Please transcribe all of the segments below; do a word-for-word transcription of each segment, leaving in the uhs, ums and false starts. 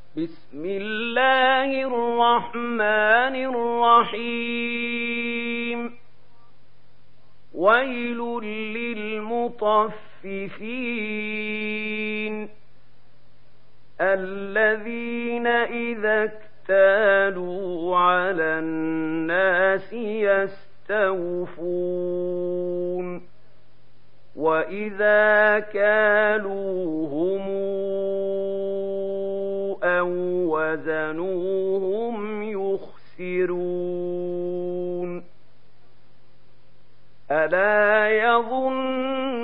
بسم الله الرحمن الرحيم ويل للمطففين الذين إذا اكتالوا على الناس يستوفون وإذا كالوهم أو وزنوهم يخسرون ألا يظن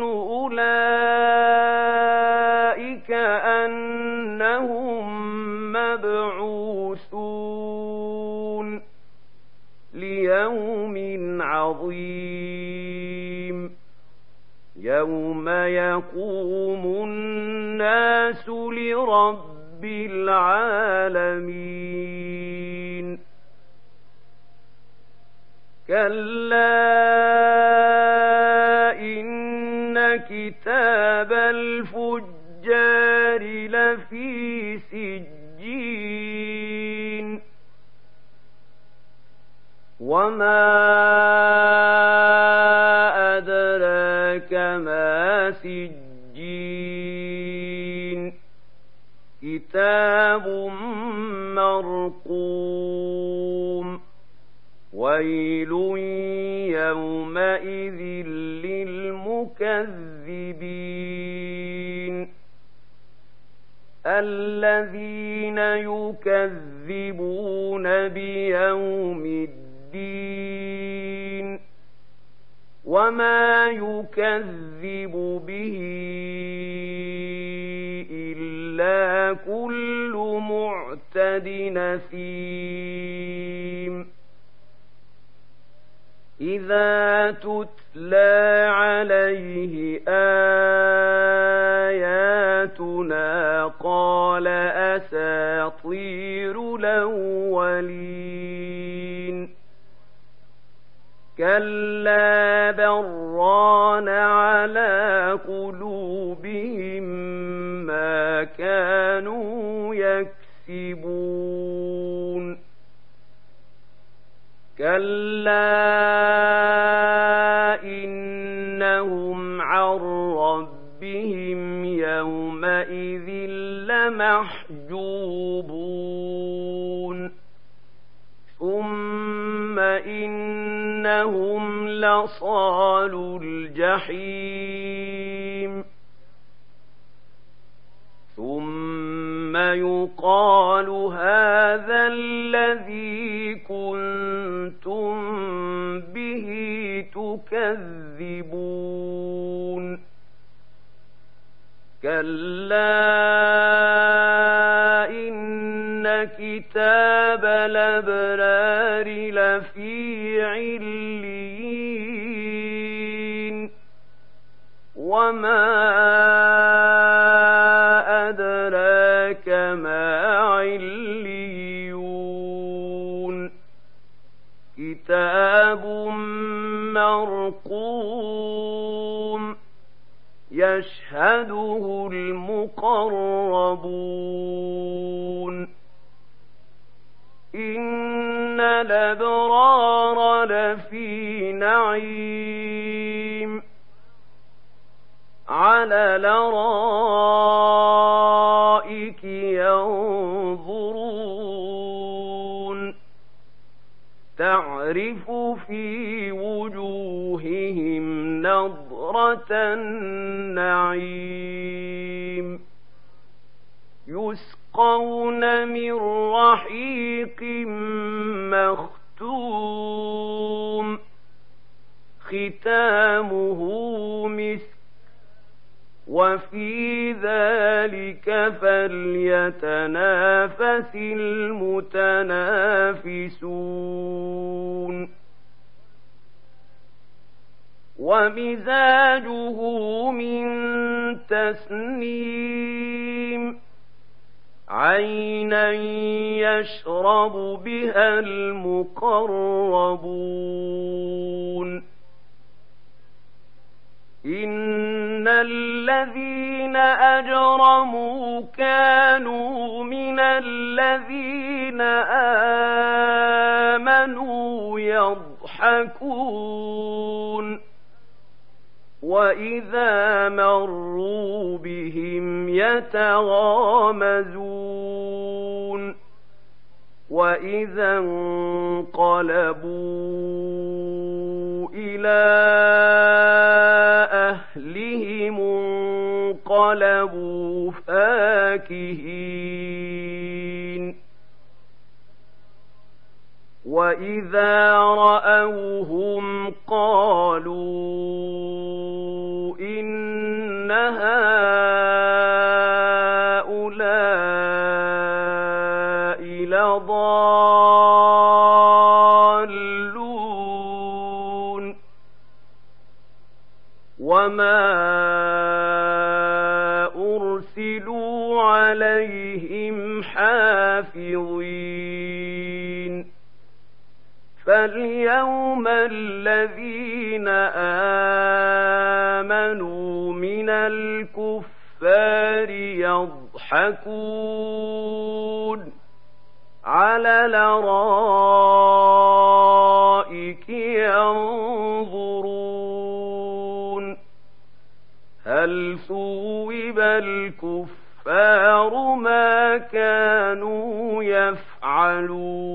أولئك أنهم مبعوثون ليوم عظيم يوم يقوم الناس لرب العالمين كلا إن كتاب الفجار لفي سجين وما أدراك ما سجين كتاب مرقوم ويل يومئذ للمكذبين الذين يكذبون بيوم الدين وما يكذب به إلا كل معتد نثيم إذا تتلى عليه آياتنا قال أساطير الأولين كلا بران على قلوبهم ما كانوا يكسبون كلا إنهم عن ربهم يومئذ لمحجوبون ثم إنهم لصالو الجحيم ثم يقال هذا الذي كنتم به تكذبون كلا إن كتاب الأبرار لفي عليين وما أدراك ما عليون كتاب مرقوم يشهده المقربون إن الأبرار لفي نعيم على الأرائك ينظرون تعرف في وجوههم نضرة النعيم يسقون من رحيق مختوم ختامه مسك وفي ذلك فليتنافس المتنافسون ومزاجه من تسنيم عينا يشرب بها المقربون إن الذين أجرموا كانوا من يضحكون وإذا مروا بهم يتغامزون وإذا انقلبوا إلى أهلهم انقلبوا فاكهين وإذا رأوهم قالوا إن هؤلاء لضالون وما أرسلوا عليهم حافظين فاليوم الذين آمنوا من الكفار يضحكون على الأرائك ينظرون هل ثوب الكفار ما كانوا يفعلون